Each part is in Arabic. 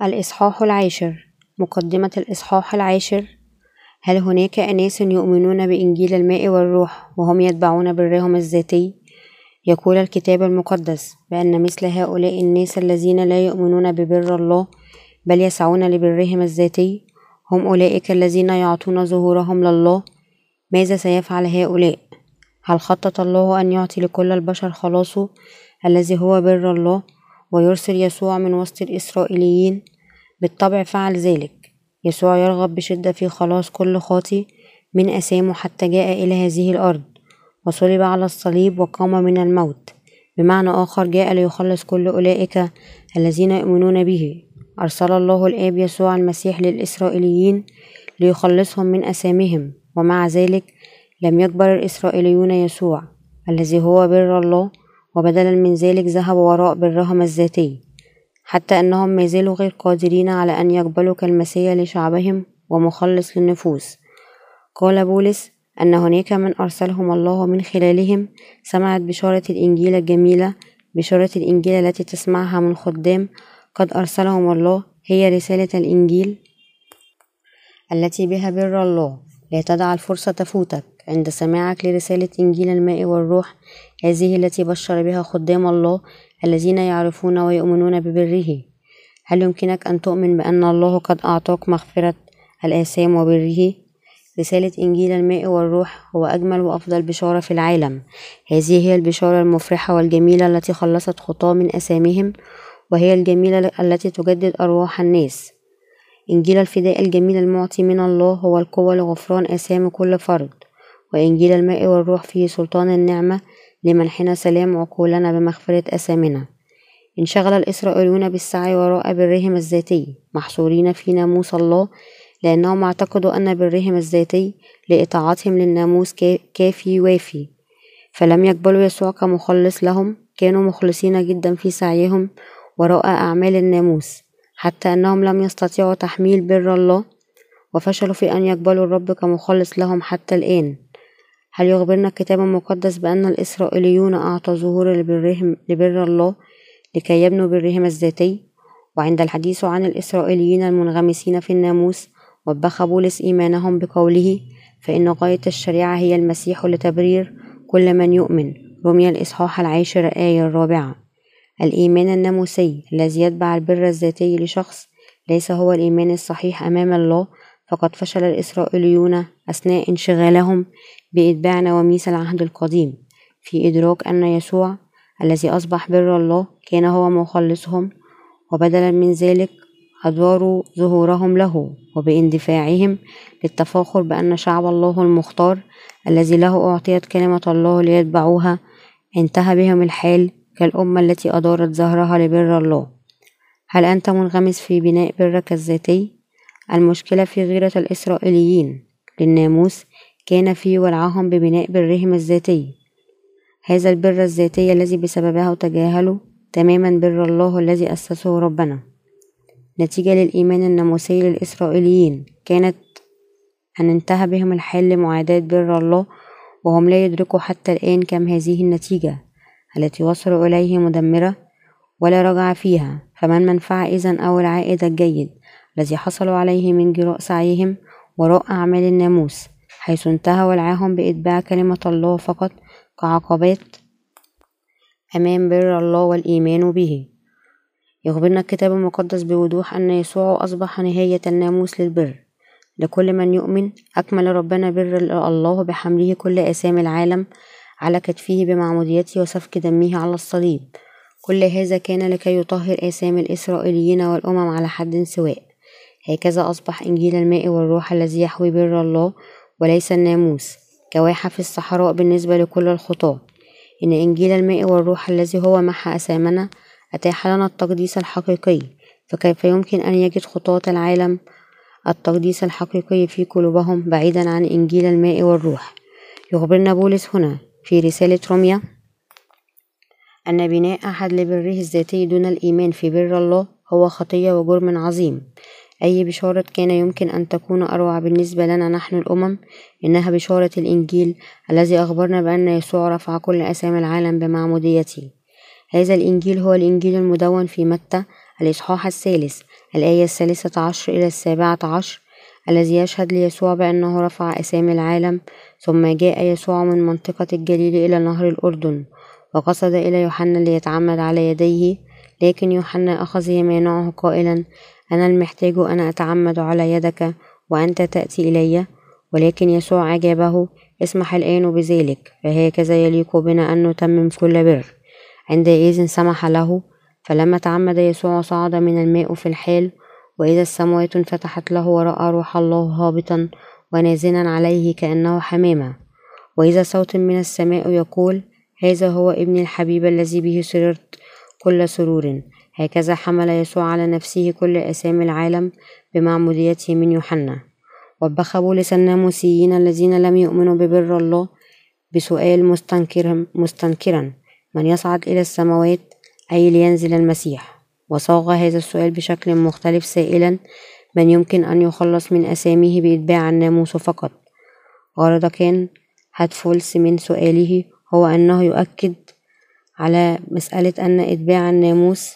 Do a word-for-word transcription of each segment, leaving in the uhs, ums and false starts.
الإصحاح العاشر. مقدمة الإصحاح العاشر: هل هناك أناس يؤمنون بإنجيل الماء والروح وهم يتبعون برهم الذاتي؟ يقول الكتاب المقدس بأن مثل هؤلاء الناس الذين لا يؤمنون ببر الله بل يسعون لبرهم الذاتي هم أولئك الذين يعطون ظهورهم لله. ماذا سيفعل هؤلاء؟ هل خطط الله أن يعطي لكل البشر خلاصه الذي هو بر الله ويرسل يسوع من وسط الإسرائيليين؟ بالطبع فعل ذلك. يسوع يرغب بشدة في خلاص كل خاطئ من أثامه حتى جاء إلى هذه الأرض وصلب على الصليب وقام من الموت. بمعنى آخر جاء ليخلص كل أولئك الذين يؤمنون به. أرسل الله الآب يسوع المسيح للإسرائيليين ليخلصهم من أثامهم، ومع ذلك لم يقبل الإسرائيليون يسوع الذي هو بر الله، وبدلا من ذلك ذهبوا وراء برهم الذاتي، حتى أنهم ما زالوا غير قادرين على أن يقبلوا كالمسيح لشعبهم ومخلص للنفوس. قال بولس أن هناك من أرسلهم الله من خلالهم سمعت بشارة الإنجيل الجميلة. بشارة الإنجيل التي تسمعها من خدام قد أرسلهم الله هي رسالة الإنجيل التي بها بر الله. لا تدع الفرصة تفوتك عند سماعك لرسالة إنجيل الماء والروح، هذه التي بشر بها خدام الله الذين يعرفون ويؤمنون ببره. هل يمكنك أن تؤمن بأن الله قد أعطاك مغفرة الآثام وبره؟ رسالة إنجيل الماء والروح هو أجمل وأفضل بشارة في العالم. هذه هي البشارة المفرحة والجميلة التي خلصت خطاة من أثامهم، وهي الجميلة التي تجدد أرواح الناس. إنجيل الفداء الجميل المعطي من الله هو القوة لغفران آثام كل فرد، وإنجيل الماء والروح فيه سلطان النعمة لمنحنا سلام عقولنا بمغفرة آثامنا. انشغل الإسرائيليون بالسعي وراء برهم الذاتي محصورين في ناموس الله، لأنهم اعتقدوا أن برهم الذاتي لإطاعتهم للناموس كافي وافي، فلم يقبلوا يسوع كمخلص لهم. كانوا مخلصين جدا في سعيهم وراء أعمال الناموس حتى أنهم لم يستطيعوا تحميل بر الله، وفشلوا في أن يقبلوا الرب كمخلص لهم حتى الآن. هل يخبرنا الكتاب المقدس بأن الإسرائيليون أعطوا ظهور لبرهم لبر الله لكي يبنوا برهم الذاتي؟ وعند الحديث عن الإسرائيليين المنغمسين في الناموس وبخ بولس إيمانهم بقوله: فإن غاية الشريعة هي المسيح لتبرير كل من يؤمن. رمي الإصحاح العاشر آية الرابعة. الإيمان الناموسي الذي يتبع البر الذاتي لشخص ليس هو الإيمان الصحيح أمام الله، فقد فشل الإسرائيليون أثناء انشغالهم بإتباع نواميس العهد القديم في إدراك أن يسوع الذي أصبح بر الله كان هو مخلصهم، وبدلا من ذلك أداروا ظهورهم له، وباندفاعهم للتفاخر بأن شعب الله المختار الذي له أعطيت كلمة الله ليتبعوها انتهى بهم الحال كالأمة التي أدارت ظهرها لبر الله. هل أنت منغمس في بناء برك الذاتي؟ المشكلة في غيرة الإسرائيليين للناموس كان في ولعهم ببناء برهم الذاتي، هذا البر الذاتي الذي بسببه تجاهلوا تماما بر الله الذي أسسه ربنا. نتيجة للإيمان الناموسي للإسرائيليين كانت أن انتهى بهم الحال لمعاداة بر الله، وهم لا يدركوا حتى الآن كم هذه النتيجة التي وصلوا إليه مدمرة ولا رجع فيها. فما المنفعة إذن أو العائد الجيد الذي حصلوا عليه من جراء سعيهم وراء أعمال الناموس، حيث انتهى ولعهم بإتباع كلمة الله فقط كعقبات أمام بر الله والإيمان به؟ يخبرنا الكتاب المقدس بوضوح أن يسوع أصبح نهاية الناموس للبر لكل من يؤمن. أكمل ربنا بر الله بحمله كل آثام العالم على كتفه بمعموديته وسفك دمه على الصليب. كل هذا كان لكي يطهر آثام الإسرائيليين والأمم على حد سواء. هكذا أصبح إنجيل الماء والروح الذي يحوي بر الله وليس الناموس كواحة في الصحراء بالنسبة لكل الخطاة. إن إنجيل الماء والروح الذي هو محى آثامنا أتاح لنا التقديس الحقيقي، فكيف يمكن أن يجد خطاة العالم التقديس الحقيقي في قلوبهم بعيدا عن إنجيل الماء والروح؟ يخبرنا بولس هنا في رسالة روميا أن بناء أحد لبره الذاتي دون الإيمان في بر الله هو خطية وجرم عظيم. أي بشارة كان يمكن أن تكون أروع بالنسبة لنا نحن الأمم إنها بشارة الإنجيل الذي أخبرنا بأن يسوع رفع كل آثام العالم بمعموديته. هذا الإنجيل هو الإنجيل المدون في متى الإصحاح الثالث الآية الثالثة عشر إلى السابعة عشر، الذي يشهد ليسوع بأنه رفع أسامي العالم. ثم جاء يسوع من منطقة الجليل إلى نهر الأردن، وقصد إلى يوحنا ليتعمد على يديه، لكن يوحنا أخذ يمانعه قائلا: أنا المحتاج أن أتعمد على يدك وأنت تأتي إلي. ولكن يسوع أجابه: اسمح الآن بذلك، فهكذا يليق بنا أن نتمم كل بر. عندئذ سمح له. فلما تعمد يسوع صعد من الماء في الحال، وإذا السماوات انفتحت له، ورأى روح الله هابطا ونازلا عليه كأنه حمامة، وإذا صوت من السماء يقول: هذا هو ابني الحبيب الذي به سررت كل سرور. هكذا حمل يسوع على نفسه كل آثام العالم بمعموديته من يوحنا. وبخ بولس الناموسيين الذين لم يؤمنوا ببر الله بسؤال مستنكرا مستنكرا من يصعد إلى السماوات، أي لينزل المسيح. وصاغ هذا السؤال بشكل مختلف سائلا: من يمكن أن يخلص من أساميه بإتباع الناموس فقط؟ غرض كان هاتفولس من سؤاله هو أنه يؤكد على مسألة أن إتباع الناموس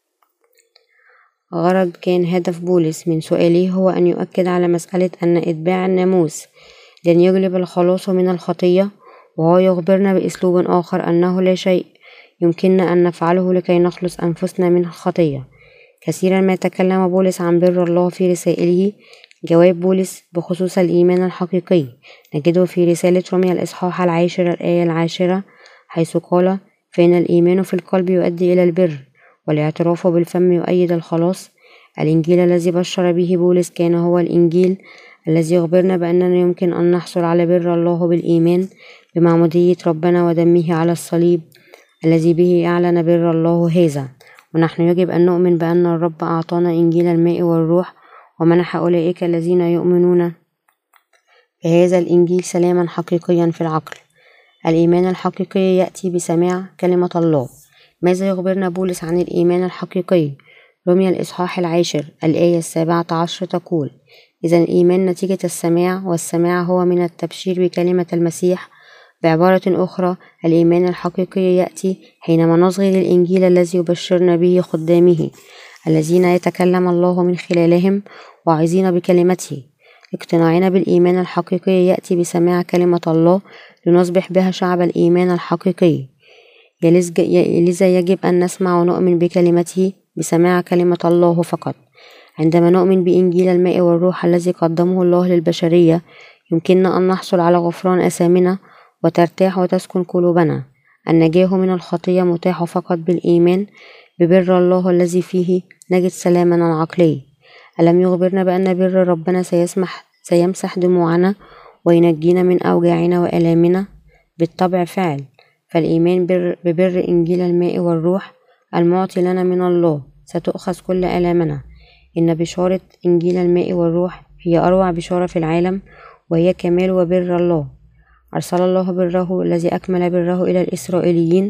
غرض كان هدف بولس من سؤاله هو أن يؤكد على مسألة أن إتباع الناموس لن يجلب الخلاص من الخطية، وهو يخبرنا بأسلوب آخر أنه لا شيء يمكننا أن نفعله لكي نخلص أنفسنا من الخطية. كثيرا ما تكلم بولس عن بر الله في رسائله. جواب بولس بخصوص الإيمان الحقيقي نجده في رسالة روميا الإصحاح العاشر الآية العاشرة، حيث قال: فإن الإيمان في القلب يؤدي إلى البر، والاعتراف بالفم يؤيد الخلاص. الإنجيل الذي بشر به بولس كان هو الإنجيل الذي يخبرنا بأننا يمكن أن نحصل على بر الله بالإيمان بمعمودية ربنا ودمه على الصليب، الذي به أعلن بر الله هذا. ونحن يجب أن نؤمن بأن الرب أعطانا إنجيل الماء والروح، ومنح أولئك الذين يؤمنون بهذا الإنجيل سلاما حقيقيا في العقل. الإيمان الحقيقي يأتي بسماع كلمة الله. ماذا يخبرنا بولس عن الإيمان الحقيقي؟ روميا الإصحاح العاشر الآية السابعة عشر تقول: إذا الإيمان نتيجة السماع، والسماع هو من التبشير بكلمة المسيح. بعبارة أخرى، الإيمان الحقيقي يأتي حينما نصغي للإنجيل الذي يبشرنا به خدامه الذين يتكلم الله من خلالهم واعظين بكلمته. اقتناعنا بالإيمان الحقيقي يأتي بسماع كلمة الله لنصبح بها شعب الإيمان الحقيقي. لذا يجب أن نسمع ونؤمن بكلمته بسماع كلمة الله فقط. عندما نؤمن بإنجيل الماء والروح الذي قدمه الله للبشرية، يمكننا أن نحصل على غفران آثامنا وترتاح وتسكن قلوبنا. النجاة من الخطية متاح فقط بالإيمان ببر الله الذي فيه نجد سلامنا العقلي. ألم يخبرنا بأن بر ربنا سيسمح سيمسح دموعنا وينجينا من أوجاعنا وآلامنا؟ بالطبع فعل. فالإيمان بر ببر إنجيل الماء والروح المعطي لنا من الله ستؤخذ كل آلامنا. إن بشارة إنجيل الماء والروح هي أروع بشارة في العالم، وهي كمال وبر الله. أرسل الله بره الذي أكمل بره إلى الإسرائيليين،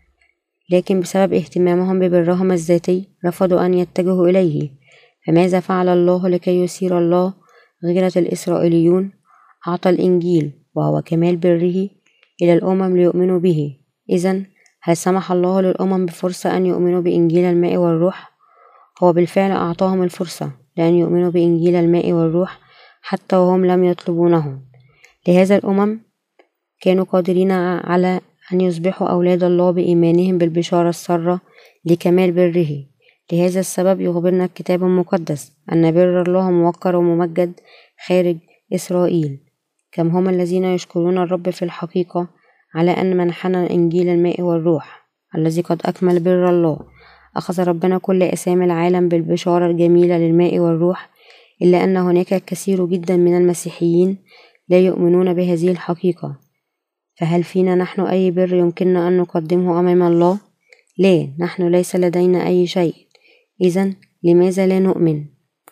لكن بسبب اهتمامهم ببرهم الذاتي رفضوا أن يتجهوا إليه. فماذا فعل الله لكي يثير الله غيرة الإسرائيليون؟ أعطى الإنجيل وهو كمال بره إلى الأمم ليؤمنوا به. إذن هل سمح الله للأمم بفرصة أن يؤمنوا بإنجيل الماء والروح؟ هو بالفعل أعطاهم الفرصة لأن يؤمنوا بإنجيل الماء والروح حتى وهم لم يطلبونه. لهذا الأمم كانوا قادرين على أن يصبحوا أولاد الله بإيمانهم بالبشارة السارة لكمال بره. لهذا السبب يخبرنا الكتاب المقدس أن بر الله موقر وممجد خارج إسرائيل. كم هم الذين يشكرون الرب في الحقيقة على أن منحنا إنجيل الماء والروح الذي قد أكمل بر الله. أخذ ربنا كل أسامي العالم بالبشارة الجميلة للماء والروح، إلا أن هناك الكثير جدا من المسيحيين لا يؤمنون بهذه الحقيقة. فهل فينا نحن أي بر يمكننا أن نقدمه أمام الله؟ لا، نحن ليس لدينا أي شيء. إذن لماذا لا نؤمن؟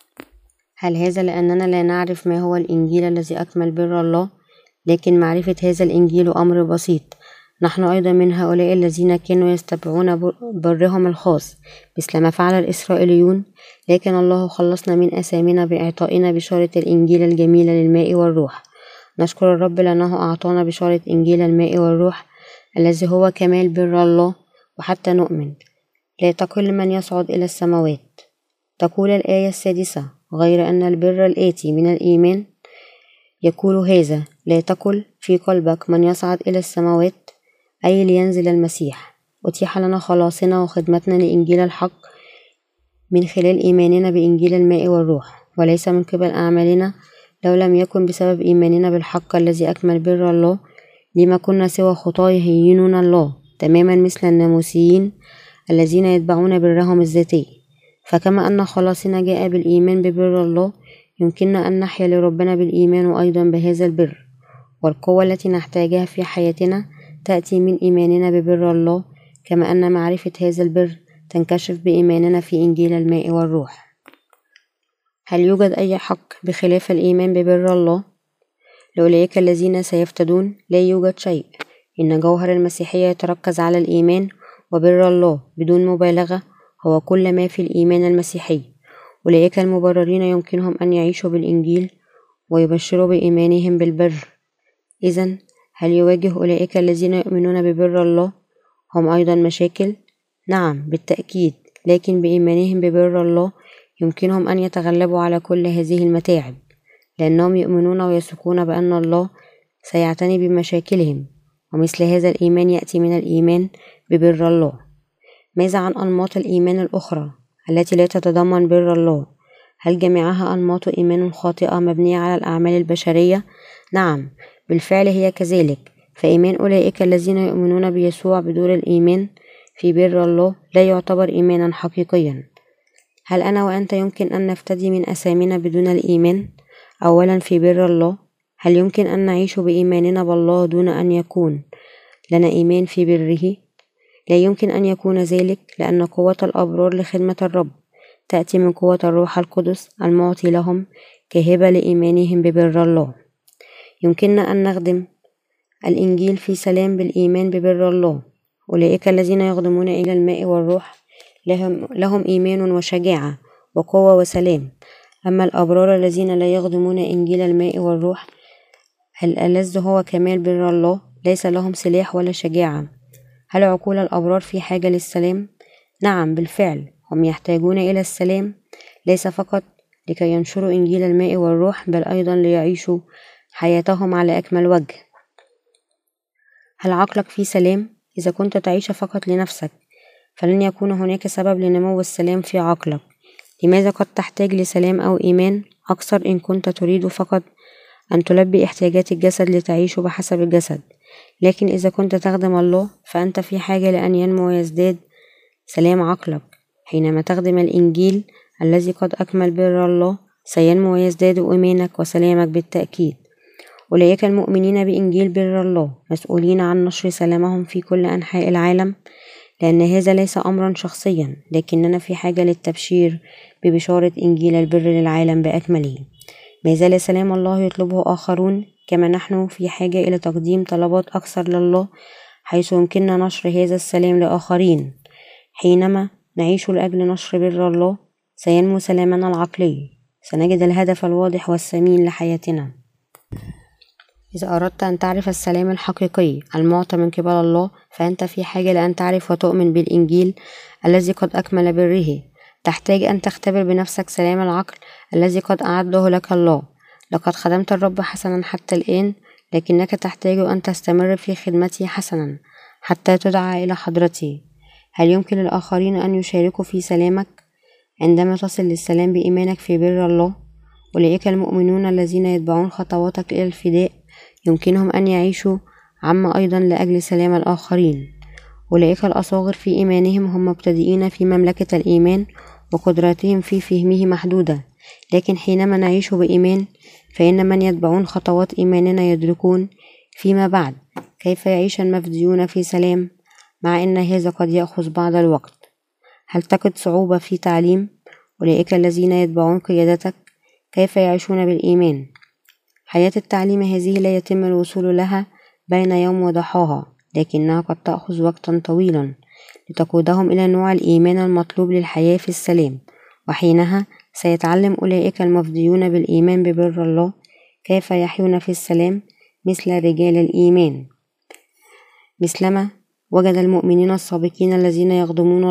هل هذا لأننا لا نعرف ما هو الإنجيل الذي أكمل بر الله؟ لكن معرفة هذا الإنجيل أمر بسيط. نحن أيضا من هؤلاء الذين كانوا يتبعون برهم الخاص مثل ما فعل الإسرائيليون، لكن الله خلصنا من أثامنا بإعطائنا بشارة الإنجيل الجميلة للماء والروح. نشكر الرب لأنه أعطانا بشارة إنجيل الماء والروح الذي هو كمال بر الله. وحتى نؤمن لا تقل من يصعد إلى السماوات. تقول الآية السادسة: غير أن البر الآتي من الإيمان يقول هذا، لا تقل في قلبك من يصعد إلى السماوات، أي لينزل المسيح. أتيح لنا خلاصنا وخدمتنا لإنجيل الحق من خلال إيماننا بإنجيل الماء والروح، وليس من قبل أعمالنا. لو لم يكن بسبب إيماننا بالحق الذي أكمل بر الله، لما كنا سوى خطاة يهينون الله، تماما مثل الناموسيين الذين يتبعون برهم الذاتي. فكما أن خلاصنا جاء بالإيمان ببر الله، يمكننا أن نحيا لربنا بالإيمان وأيضا بهذا البر. والقوة التي نحتاجها في حياتنا تأتي من إيماننا ببر الله، كما أن معرفة هذا البر تنكشف بإيماننا في إنجيل الماء والروح. هل يوجد أي حق بخلاف الإيمان ببر الله؟ لأولئك الذين سيفتدون لا يوجد شيء. إن جوهر المسيحية يتركز على الإيمان وبر الله بدون مبالغة، هو كل ما في الإيمان المسيحي. أولئك المبررين يمكنهم أن يعيشوا بالإنجيل ويبشروا بإيمانهم بالبر. إذن هل يواجه أولئك الذين يؤمنون ببر الله هم أيضا مشاكل؟ نعم بالتأكيد، لكن بإيمانهم ببر الله يمكنهم أن يتغلبوا على كل هذه المتاعب، لأنهم يؤمنون ويثقون بأن الله سيعتني بمشاكلهم. ومثل هذا الإيمان يأتي من الإيمان ببر الله. ماذا عن أنماط الإيمان الأخرى التي لا تتضمن بر الله؟ هل جميعها أنماط إيمان خاطئة مبنية على الأعمال البشرية؟ نعم بالفعل هي كذلك. فإيمان أولئك الذين يؤمنون بيسوع بدون الإيمان في بر الله لا يعتبر إيمانا حقيقيا. هل أنا وأنت يمكن أن نفتدي من أثامنا بدون الإيمان؟ أولا في بر الله، هل يمكن أن نعيش بإيماننا بالله دون أن يكون لنا إيمان في بره؟ لا يمكن أن يكون ذلك، لأن قوة الأبرار لخدمة الرب تأتي من قوة الروح القدس المعطي لهم كهبة لإيمانهم ببر الله. يمكننا أن نخدم الإنجيل في سلام بالإيمان ببر الله. أولئك الذين يخدمون إلى الماء والروح لهم, لهم إيمان وشجاعة وقوة وسلام. أما الأبرار الذين لا يخدمون إنجيل الماء والروح، الألذ هو كمال بر الله، ليس لهم سلاح ولا شجاعة. هل عقول الأبرار في حاجة للسلام؟ نعم بالفعل، هم يحتاجون إلى السلام، ليس فقط لكي ينشروا إنجيل الماء والروح، بل أيضا ليعيشوا حياتهم على أكمل وجه. هل عقلك في سلام؟ إذا كنت تعيش فقط لنفسك، فلن يكون هناك سبب لنمو السلام في عقلك. لماذا قد تحتاج لسلام أو إيمان أكثر إن كنت تريد فقط أن تلبي احتياجات الجسد لتعيش بحسب الجسد؟ لكن إذا كنت تخدم الله فأنت في حاجة لأن ينمو ويزداد سلام عقلك. حينما تخدم الإنجيل الذي قد أكمل بر الله، سينمو ويزداد إيمانك وسلامك بالتأكيد. أولئك المؤمنين بإنجيل بر الله مسؤولين عن نشر سلامهم في كل أنحاء العالم، لأن هذا ليس أمرا شخصيا، لكننا في حاجة للتبشير ببشارة إنجيل البر للعالم بأكمله. ما زال سلام الله يطلبه آخرون، كما نحن في حاجة إلى تقديم طلبات أكثر لله، حيث يمكننا نشر هذا السلام لآخرين. حينما نعيش لأجل نشر بر الله، سينمو سلامنا العقلي، سنجد الهدف الواضح والثمين لحياتنا. إذا أردت أن تعرف السلام الحقيقي المعطى من قبل الله، فأنت في حاجة لأن تعرف وتؤمن بالإنجيل الذي قد أكمل بره. تحتاج أن تختبر بنفسك سلام العقل الذي قد أعده لك الله. لقد خدمت الرب حسنا حتى الآن، لكنك تحتاج أن تستمر في خدمته حسنا حتى تدعى إلى حضرته. هل يمكن للآخرين أن يشاركوا في سلامك عندما تصل للسلام بإيمانك في بر الله؟ أولئك المؤمنون الذين يتبعون خطواتك إلى الفداء يمكنهم أن يعيشوا عما أيضا لأجل سلام الآخرين. أولئك الأصاغر في إيمانهم هم مبتدئين في مملكة الإيمان، وقدراتهم في فهمه محدودة، لكن حينما نعيش بإيمان فإن من يتبعون خطوات إيماننا يدركون فيما بعد كيف يعيش المفديون في سلام، مع أن هذا قد يأخذ بعض الوقت. هل تجد صعوبة في تعليم أولئك الذين يتبعون قيادتك كيف يعيشون بالإيمان؟ حياة التعليم هذه لا يتم الوصول لها بين يوم وضحاها، لكنها قد تأخذ وقتا طويلا لتقودهم إلى نوع الإيمان المطلوب للحياة في السلام. وحينها سيتعلم أولئك المفديون بالإيمان ببر الله كيف يحيون في السلام مثل رجال الإيمان، مثلما وجد المؤمنين السابقين الذين يخدمون الله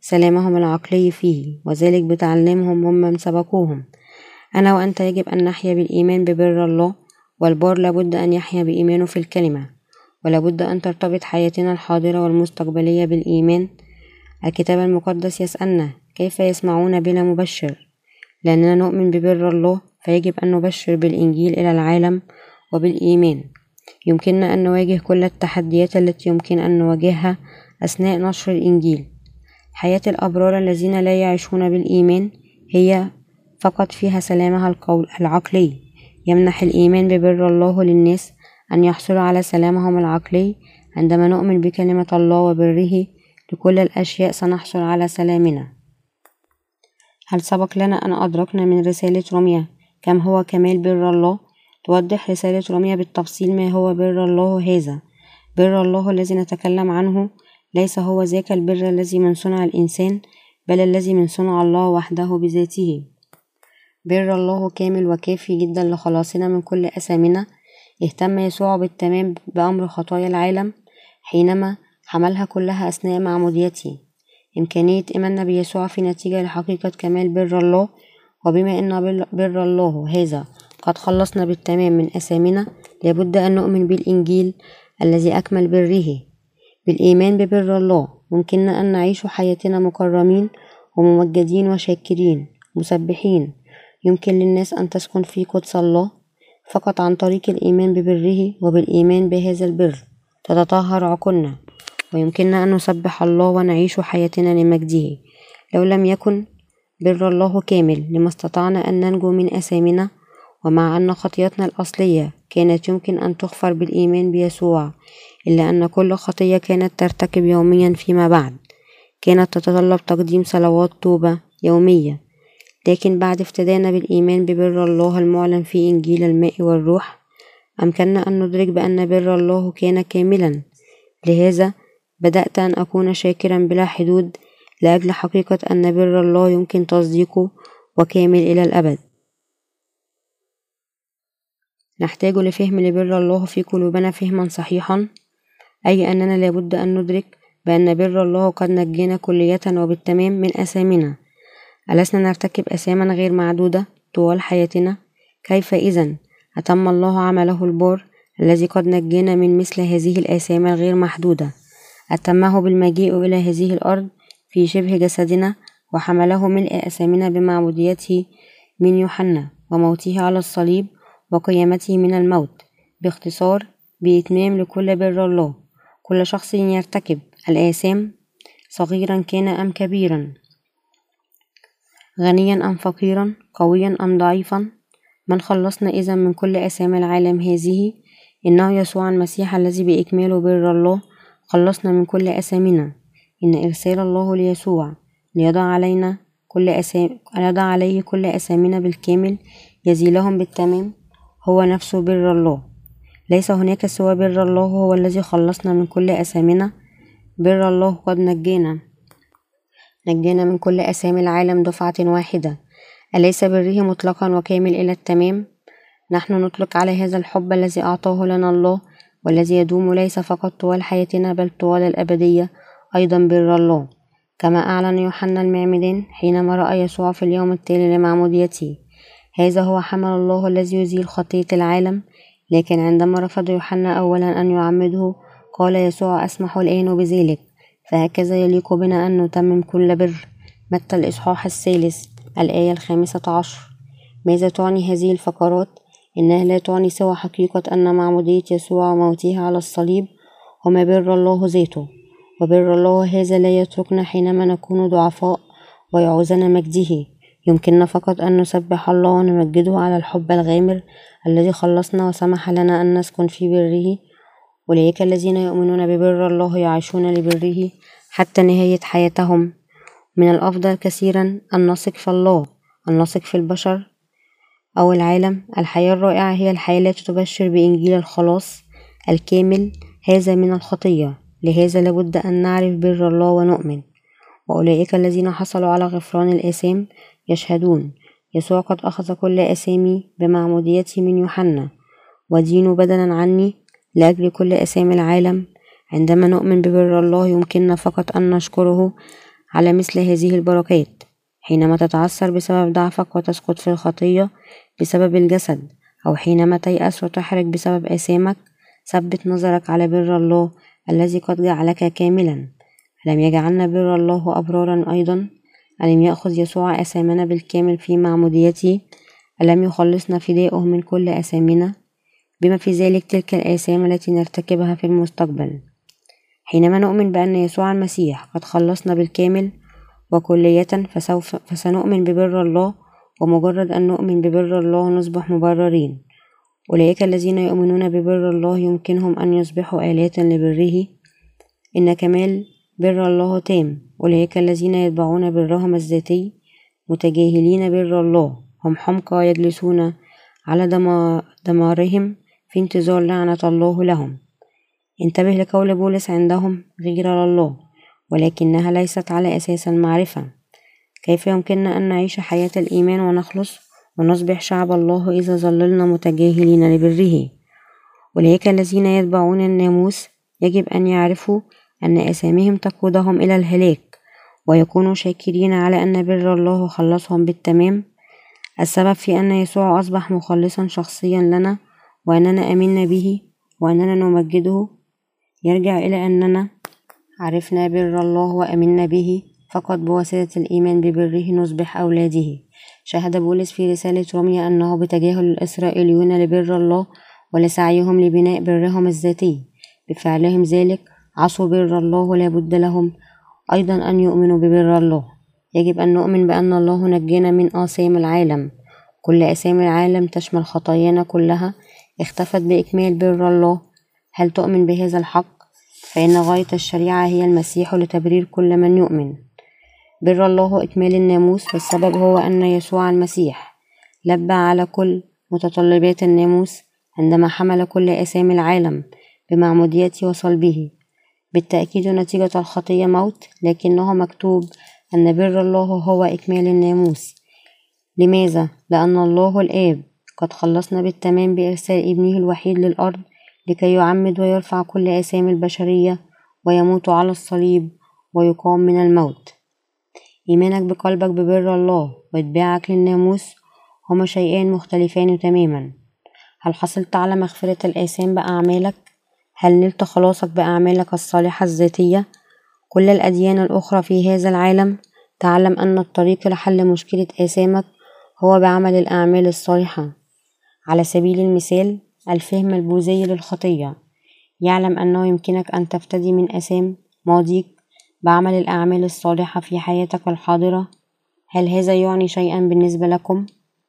سلامهم العقلي فيه، وذلك بتعليمهم ممن سبقوهم. أنا وأنت يجب أن نحيا بالإيمان ببر الله، والبار لابد أن يحيا بإيمانه في الكلمة، ولابد أن ترتبط حياتنا الحاضرة والمستقبلية بالإيمان. الكتاب المقدس يسألنا كيف يسمعون بلا مبشر؟ لأننا نؤمن ببر الله، فيجب أن نبشر بالإنجيل إلى العالم وبالإيمان. يمكننا أن نواجه كل التحديات التي يمكن أن نواجهها أثناء نشر الإنجيل. حياة الأبرار الذين لا يعيشون بالإيمان هي فقط فيها سلامها القول العقلي. يمنح الإيمان ببر الله للناس أن يحصلوا على سلامهم العقلي. عندما نؤمن بكلمة الله وبره لكل الأشياء سنحصل على سلامنا. هل سبق لنا أن أدركنا من رسالة روميا كم هو كمال بر الله؟ توضح رسالة روميا بالتفصيل ما هو بر الله هذا. بر الله الذي نتكلم عنه ليس هو ذاك البر الذي من صنع الإنسان، بل الذي من صنع الله وحده بذاته. بر الله كامل وكافي جدا لخلاصنا من كل أثامنا. اهتم يسوع بالتمام بأمر خطايا العالم حينما حملها كلها أثناء معموديته. إمكانية إيماننا بيسوع في نتيجة لحقيقة كمال بر الله، وبما أن بر الله هذا قد خلصنا بالتمام من أثامنا، لابد أن نؤمن بالإنجيل الذي أكمل بره. بالإيمان ببر الله ممكننا أن نعيش حياتنا مكرمين وممجدين وشاكرين مسبحين. يمكن للناس أن تسكن في قدس الله فقط عن طريق الإيمان ببره، وبالإيمان بهذا البر تتطهر عقولنا، ويمكننا أن نسبح الله ونعيش حياتنا لمجده. لو لم يكن بر الله كامل لما استطعنا أن ننجو من أثامنا، ومع أن خطيئتنا الأصلية كانت يمكن أن تغفر بالإيمان بيسوع، إلا أن كل خطية كانت ترتكب يوميا فيما بعد كانت تتطلب تقديم صلوات توبة يومية. لكن بعد افتدانا بالإيمان ببر الله المعلن في إنجيل الماء والروح، أمكننا أن ندرك بأن بر الله كان كاملا. لهذا بدأت أن أكون شاكرا بلا حدود لأجل حقيقة أن بر الله يمكن تصديقه وكامل إلى الأبد. نحتاج لفهم لبر الله في قلوبنا فهما صحيحا، أي أننا لابد أن ندرك بأن بر الله قد نجينا كلية وبالتمام من أثامنا. ألسنا نرتكب أثاما غير معدودة طوال حياتنا؟ كيف إذن أتم الله عمله البار الذي قد نجينا من مثل هذه الآثام الغير محدودة؟ أتمه بالمجيء إلى هذه الأرض في شبه جسدنا، وحمله ملء أثامنا بمعموديته من يوحنا وموته على الصليب وقيامته من الموت. باختصار، بإتمام لكل بر الله. كل شخص يرتكب الآثام صغيرا كان أم كبيرا، غنيا أم فقيرا، قويا أم ضعيفا. من خلصنا إذن من كل آثام العالم هذه؟ إنه يسوع المسيح الذي بإكماله بر الله خلصنا من كل آثامنا. إن إرسال الله ليسوع ليضع علينا كل أسام... يضع عليه كل آثامنا بالكامل يزيلهم بالتمام هو نفسه بر الله. ليس هناك سوى بر الله، هو الذي خلصنا من كل آثامنا. بر الله قد نجينا نجينا من كل آثام العالم دفعة واحدة. أليس بره مطلقا وكامل إلى التمام؟ نحن نطلق على هذا الحب الذي أعطاه لنا الله والذي يدوم ليس فقط طوال حياتنا بل طوال الأبدية أيضا بر الله، كما أعلن يوحنا المعمدان حينما رأى يسوع في اليوم التالي لمعموديته. هذا هو حمل الله الذي يزيل خطية العالم. لكن عندما رفض يوحنا أولا أن يعمده، قال يسوع: أسمح الآن بذلك، فهكذا يليق بنا أن نتمم كل بر. متى الإصحاح الثالث الآية الخامسة عشر. ماذا تعني هذه الفقرات؟ إنها لا تعني سوى حقيقة أن معمودية يسوع وموته على الصليب هما بر الله ذاته، وبر الله هذا لا يتركنا حينما نكون ضعفاء ويعوزنا مجده. يمكننا فقط أن نسبح الله ونمجده على الحب الغامر الذي خلصنا وسمح لنا أن نسكن في بره. أولئك الذين يؤمنون ببر الله يعيشون لبره حتى نهاية حياتهم. من الأفضل كثيرا أن نثق في الله، أن نثق في البشر أو العالم. الحياة الرائعة هي الحياة التي تبشر بإنجيل الخلاص الكامل هذا من الخطية. لهذا لابد أن نعرف بر الله ونؤمن. وأولئك الذين حصلوا على غفران الآثام يشهدون: يسوع قد أخذ كل آثامي بمعموديته من يوحنا، ودينه بدلا عني لأجل كل آثام العالم. عندما نؤمن ببر الله يمكننا فقط أن نشكره على مثل هذه البركات. حينما تتعثر بسبب ضعفك وتسقط في الخطية بسبب الجسد، أو حينما تيأس وتحرج بسبب آثامك، ثبت نظرك على بر الله الذي قد جعلك كاملا. ألم يجعلنا بر الله أبرارا أيضا؟ ألم يأخذ يسوع آثامنا بالكامل في معموديته؟ ألم يخلصنا فداؤه من كل آثامنا، بما في ذلك تلك الآثام التي نرتكبها في المستقبل؟ حينما نؤمن بأن يسوع المسيح قد خلصنا بالكامل وكلية، فسوف فسنؤمن ببر الله، ومجرد أن نؤمن ببر الله نصبح مبررين. أولئك الذين يؤمنون ببر الله يمكنهم أن يصبحوا آلات لبره، إن كمال بر الله تام. أولئك الذين يتبعون برهم الذاتي متجاهلين بر الله هم حمقى يجلسون على دمارهم في انتظار لعنة الله لهم. انتبه لقول بولس: عندهم غيرة لله، ولكنها ليست على أساس المعرفة. كيف يمكننا أن نعيش حياة الإيمان ونخلص ونصبح شعب الله إذا ظللنا متجاهلين لبره؟ أولئك الذين يتبعون الناموس يجب أن يعرفوا أن آثامهم تقودهم إلى الهلاك، ويكونوا شاكرين على أن بر الله خلصهم بالتمام. السبب في أن يسوع أصبح مخلصا شخصيا لنا، وأننا آمنا به، وأننا نمجده، يرجع إلى أننا عرفنا بر الله وأمنا به فقط. بواسطة الإيمان ببره نصبح أولاده. شهد بولس في رسالة روميا أنه بتجاهل الإسرائيليون لبر الله ولسعيهم لبناء برهم الذاتي، بفعلهم ذلك عصوا بر الله، ولا بد لهم أيضا أن يؤمنوا ببر الله. يجب أن نؤمن بأن الله نجينا من آثام العالم. كل آثام العالم تشمل خطايانا كلها اختفت بإكمال بر الله. هل تؤمن بهذا الحق؟ فإن غاية الشريعة هي المسيح لتبرير كل من يؤمن. بر الله إكمال الناموس، والسبب هو أن يسوع المسيح لبى على كل متطلبات الناموس عندما حمل كل آثام العالم بمعموديته وصلبه. بالتأكيد نتيجة الخطية موت، لكنه مكتوب أن بر الله هو إكمال الناموس. لماذا؟ لأن الله الآب قد خلصنا بالتمام بإرسال ابنه الوحيد للأرض لكي يعمد ويرفع كل آثام البشرية ويموت على الصليب ويقام من الموت. إيمانك بقلبك ببر الله واتباعك للناموس هما شيئان مختلفان تماما. هل حصلت على مغفرة الآثام بأعمالك؟ هل نلت خلاصك بأعمالك الصالحة الذاتية؟ كل الأديان الأخرى في هذا العالم تعلم أن الطريق لحل مشكلة آثامك هو بعمل الأعمال الصالحة. على سبيل المثال، الفهم البوذي للخطية يعلم أنه يمكنك أن تفتدي من آثام ماضيك بعمل الأعمال الصالحة في حياتك الحاضرة. هل هذا يعني شيئا بالنسبة لكم؟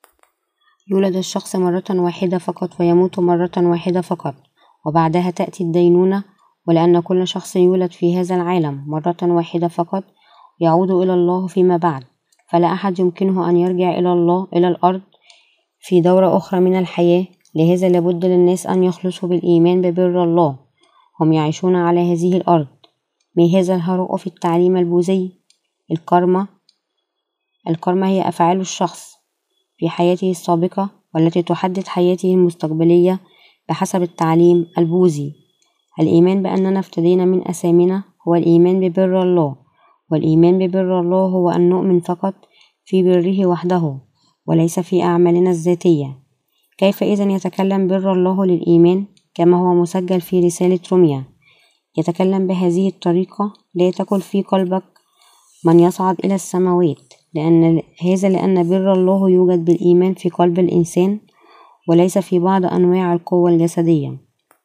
يولد الشخص مرة واحدة فقط ويموت مرة واحدة فقط، وبعدها تأتي الدينونة. ولأن كل شخص يولد في هذا العالم مرة واحدة فقط يعود إلى الله فيما بعد، فلا أحد يمكنه أن يرجع إلى الله إلى الأرض في دورة أخرى من الحياة. لهذا لابد للناس أن يخلصوا بالإيمان ببر الله. هم يعيشون على هذه الأرض. ما هذا الهراء في التعليم البوذي؟ الكارما. الكارما هي أفعال الشخص في حياته السابقة والتي تحدد حياته المستقبلية بحسب التعليم البوذي. الإيمان بأننا افتدينا من آثامنا هو الإيمان ببر الله، والإيمان ببر الله هو أن نؤمن فقط في بره وحده وليس في أعمالنا الذاتية. كيف إذن يتكلم بر الله للإيمان كما هو مسجل في رسالة روميا؟ يتكلم بهذه الطريقة: لا تكن في قلبك من يصعد إلى السماوات، لأن هذا لأن بر الله يوجد بالإيمان في قلب الإنسان وليس في بعض أنواع القوة الجسدية.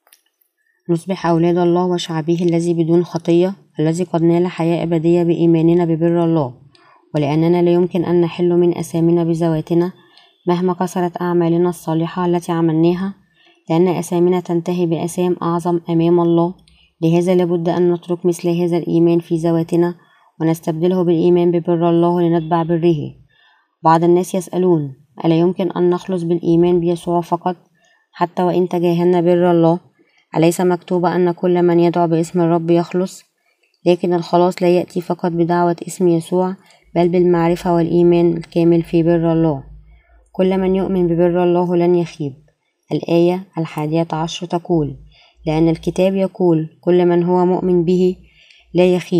نصبح أولاد الله وشعبه الذي بدون خطية، الذي قد نال حياة أبدية بإيماننا ببر الله. ولأننا لا يمكن أن نحل من آثامنا بذواتنا مهما كثرت أعمالنا الصالحة التي عملناها، لأن آثامنا تنتهي بآثام أعظم أمام الله. لهذا لابد أن نترك مثل هذا الإيمان في ذواتنا ونستبدله بالإيمان ببر الله لنتبع بره. بعض الناس يسألون: ألا يمكن أن نخلص بالإيمان بيسوع فقط حتى وإن تجاهلنا بر الله؟ أليس مكتوب أن كل من يدعو باسم الرب يخلص؟ لكن الخلاص لا يأتي فقط بدعوة اسم يسوع، بل بالمعرفة والإيمان الكامل في بر الله. كل من يؤمن ببر الله لن يخيب. الآية الحادية عشر تقول: لأن الكتاب يقول: كل من هو مؤمن به لا يخيب،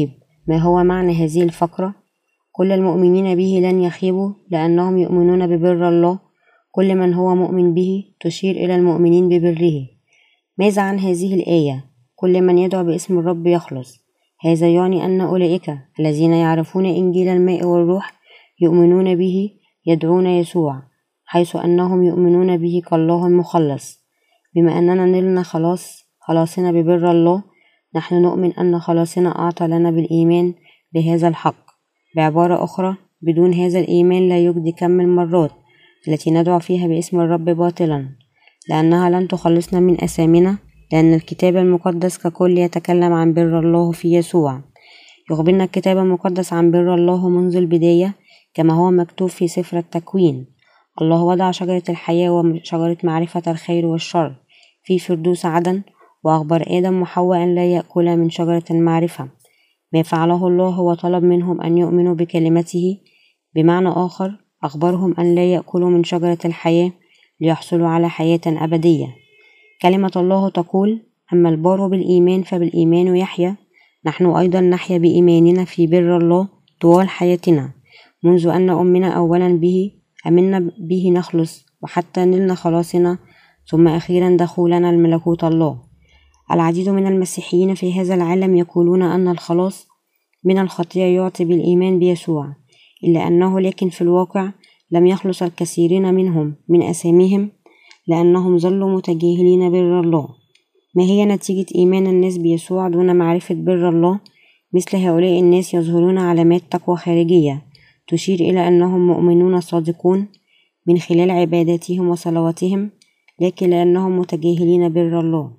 ما هو معنى هذه الفقرة؟ كل المؤمنين به لن يخيبوا لأنهم يؤمنون ببر الله. كل من هو مؤمن به تشير إلى المؤمنين ببره. ماذا عن هذه الآية؟ كل من يدعو باسم الرب يخلص. هذا يعني أن أولئك الذين يعرفون إنجيل الماء والروح يؤمنون به يدعون يسوع، حيث أنهم يؤمنون به كالله المخلص. بما أننا نلنا خلاص خلاصنا ببر الله، نحن نؤمن أن خلاصنا أعطى لنا بالإيمان بهذا الحق. بعبارة أخرى، بدون هذا الإيمان لا يجدي كم المرات التي ندعو فيها باسم الرب باطلا، لأنها لن تخلصنا من أثامنا، لأن الكتاب المقدس ككل يتكلم عن بر الله في يسوع. يخبرنا الكتاب المقدس عن بر الله منذ البداية، كما هو مكتوب في سفر التكوين. الله وضع شجرة الحياة وشجرة معرفة الخير والشر في فردوس عدن، وأخبر آدم وحواء أن لا يأكلا من شجرة المعرفة. ما فعله الله هو طلب منهم أن يؤمنوا بكلمته. بمعنى آخر، أخبرهم أن لا يأكلوا من شجرة الحياة ليحصلوا على حياة أبدية. كلمة الله تقول: أما البار بالإيمان فبالإيمان يحيا. نحن أيضا نحيا بإيماننا في بر الله طوال حياتنا، منذ أن أمنا أولا به أمنا به نخلص، وحتى نلنا خلاصنا، ثم أخيرا دخولنا الملكوت الله. العديد من المسيحيين في هذا العالم يقولون أن الخلاص من الخطية يعطي بالإيمان بيسوع، إلا أنه لكن في الواقع لم يخلص الكثيرين منهم من أثامهم، لأنهم ظلوا متجاهلين بر الله. ما هي نتيجة إيمان الناس بيسوع دون معرفة بر الله؟ مثل هؤلاء الناس يظهرون علامات تقوى خارجية تشير إلى أنهم مؤمنون صادقون من خلال عباداتهم وصلواتهم، لكن لأنهم متجاهلين بر الله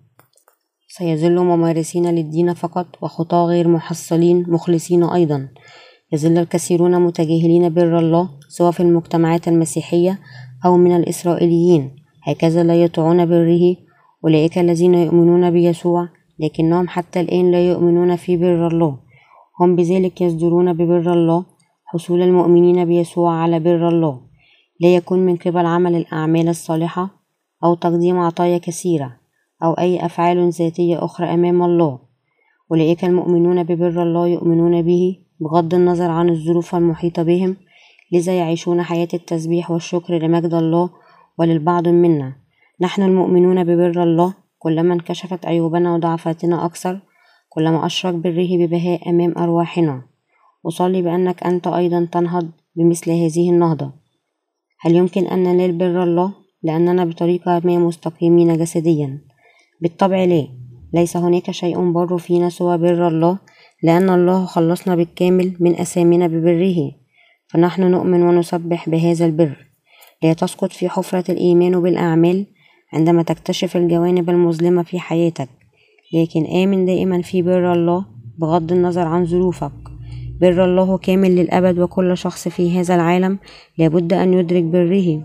سيظل ممارسين للدين فقط، وخطاة غير محصلين مخلصين أيضا. يظل الكثيرون متجاهلين بر الله، سواء في المجتمعات المسيحية أو من الإسرائيليين، هكذا لا يطيعون بره. أولئك الذين يؤمنون بيسوع لكنهم حتى الآن لا يؤمنون في بر الله، هم بذلك يصدرون ببر الله. حصول المؤمنين بيسوع على بر الله لا يكون من قبل عمل الأعمال الصالحة أو تقديم عطايا كثيرة أو أي أفعال ذاتية أخرى أمام الله. أولئك المؤمنون ببر الله يؤمنون به بغض النظر عن الظروف المحيطة بهم، لذا يعيشون حياة التسبيح والشكر لمجد الله وللبعض منا. نحن المؤمنون ببر الله كلما انكشفت عيوبنا وضعفاتنا أكثر، كلما أشرق بره ببهاء أمام أرواحنا. أصلي بأنك أنت أيضا تنهض بمثل هذه النهضة. هل يمكن أن ننال بر الله لأننا بطريقة ما مستقيمين جسديا؟ بالطبع لا. ليس هناك شيء بر فينا سوى بر الله، لأن الله خلصنا بالكامل من أثامنا ببره، فنحن نؤمن ونسبح بهذا البر. لا تسقط في حفرة الإيمان بالأعمال عندما تكتشف الجوانب المظلمة في حياتك، لكن آمن دائما في بر الله بغض النظر عن ظروفك. بر الله كامل للأبد، وكل شخص في هذا العالم لابد أن يدرك بره.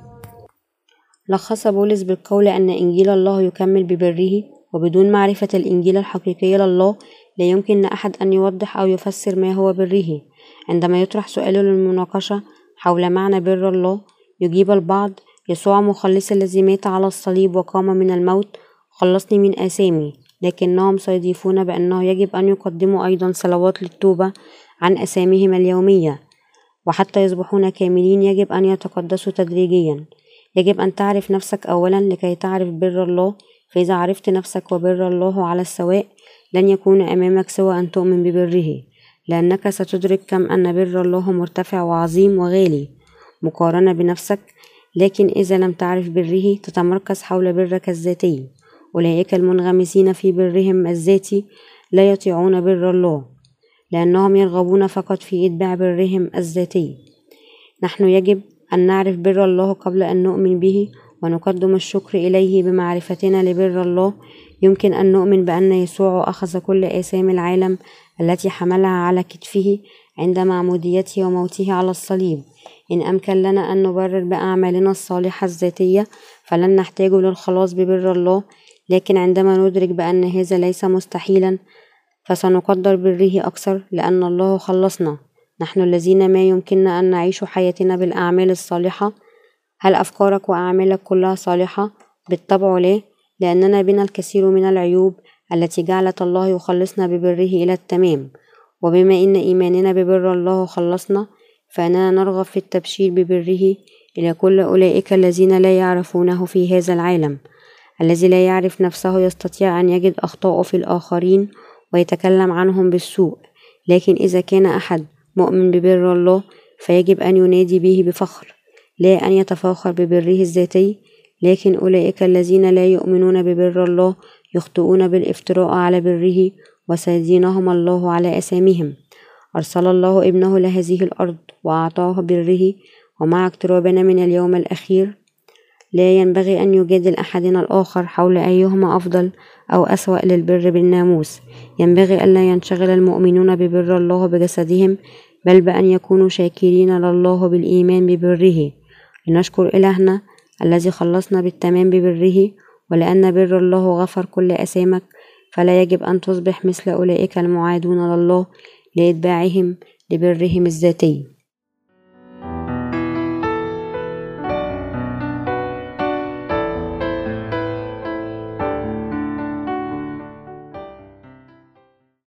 لخص بولس بالقول أن إنجيل الله يكمل ببره، وبدون معرفة الإنجيل الحقيقي لله لا يمكن لأحد أن يوضح أو يفسر ما هو بره. عندما يطرح سؤال للمناقشة حول معنى بر الله، يجيب البعض: يسوع مخلص الذي مات على الصليب وقام من الموت خلصني من آثامي. لكنهم سيضيفون بأنه يجب أن يقدموا أيضا صلوات للتوبة عن آثامهم اليومية، وحتى يصبحون كاملين يجب أن يتقدسوا تدريجيا. يجب أن تعرف نفسك أولا لكي تعرف بر الله، فإذا عرفت نفسك وبر الله على السواء لن يكون أمامك سوى أن تؤمن ببره، لأنك ستدرك كم أن بر الله مرتفع وعظيم وغالي مقارنة بنفسك. لكن إذا لم تعرف بره تتمركز حول برك الذاتي. أولئك المنغمسين في برهم الذاتي لا يطيعون بر الله، لأنهم يرغبون فقط في إتباع برهم الذاتي. نحن يجب أن نعرف بر الله قبل أن نؤمن به، ونقدم الشكر إليه بمعرفتنا لبر الله. يمكن أن نؤمن بأن يسوع أخذ كل آثام العالم التي حملها على كتفه عند معموديته وموته على الصليب. إن أمكن لنا أن نبرر بأعمالنا الصالحة الذاتية فلن نحتاج للخلاص ببر الله، لكن عندما ندرك بأن هذا ليس مستحيلا فسنقدر بره أكثر، لأن الله خلصنا. نحن الذين ما يمكننا أن نعيش حياتنا بالأعمال الصالحة. هل أفكارك وأعمالك كلها صالحة؟ بالطبع لا، لأننا بنا الكثير من العيوب التي جعلت الله يخلصنا ببره إلى التمام. وبما إن إيماننا ببر الله خلصنا، فإننا نرغب في التبشير ببره إلى كل أولئك الذين لا يعرفونه في هذا العالم. الذي لا يعرف نفسه يستطيع أن يجد أخطاء في الآخرين ويتكلم عنهم بالسوء، لكن إذا كان أحد مؤمن ببر الله فيجب أن ينادي به بفخر، لا أن يتفاخر ببره الذاتي. لكن أولئك الذين لا يؤمنون ببر الله يخطئون بالافتراء على بره، وسيدينهم الله على أثامهم. أرسل الله ابنه لهذه الأرض وأعطاه بره، ومع اقترابنا من اليوم الأخير لا ينبغي أن يجادل أحدنا الآخر حول أيهما أفضل أو أسوأ للبر بالناموس. ينبغي ألا ينشغل المؤمنون ببر الله بجسدهم، بل بأن يكونوا شاكرين لله بالإيمان ببره، لنشكر إلهنا الذي خلصنا بالتمام ببره. ولأن بر الله غفر كل أثامك، فلا يجب أن تصبح مثل أولئك المعادون لله لإتباعهم لبرهم الذاتي.